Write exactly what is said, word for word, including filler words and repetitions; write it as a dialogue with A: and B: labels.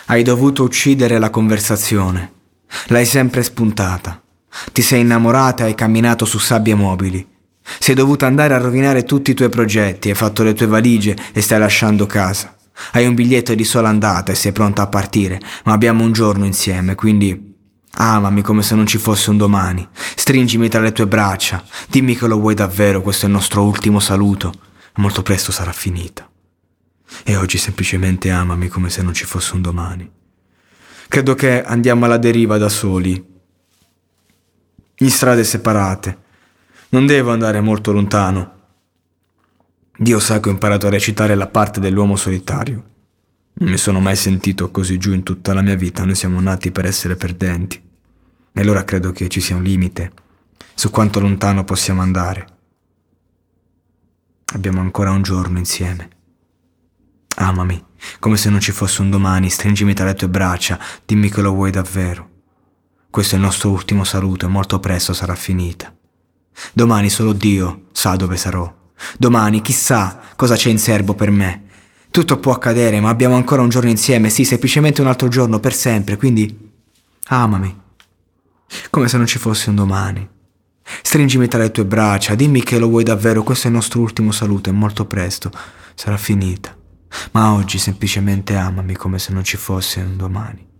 A: Hai dovuto uccidere la conversazione. L'hai sempre spuntata. Ti sei innamorata e hai camminato su sabbie mobili. Sei dovuta andare a rovinare tutti i tuoi progetti, hai fatto le tue valigie e stai lasciando casa. Hai un biglietto di sola andata e sei pronta a partire, ma abbiamo un giorno insieme, quindi amami come se non ci fosse un domani. Stringimi tra le tue braccia, dimmi che lo vuoi davvero, questo è il nostro ultimo saluto. Molto presto sarà finita. E oggi semplicemente amami come se non ci fosse un domani. Credo che andiamo alla deriva da soli, in strade separate. Non devo andare molto lontano. Dio sa che ho imparato a recitare la parte dell'uomo solitario. Non mi sono mai sentito così giù in tutta la mia vita. Noi siamo nati per essere perdenti. E allora credo che ci sia un limite su quanto lontano possiamo andare. Abbiamo ancora un giorno insieme. Amami, come se non ci fosse un domani, stringimi tra le tue braccia, dimmi che lo vuoi davvero. Questo è il nostro ultimo saluto e molto presto sarà finita. Domani solo Dio sa dove sarò. Domani chissà cosa c'è in serbo per me. Tutto può accadere, ma abbiamo ancora un giorno insieme, sì, semplicemente un altro giorno per sempre, quindi amami, come se non ci fosse un domani. Stringimi tra le tue braccia, dimmi che lo vuoi davvero, questo è il nostro ultimo saluto e molto presto sarà finita. Ma oggi semplicemente amami come se non ci fosse un domani.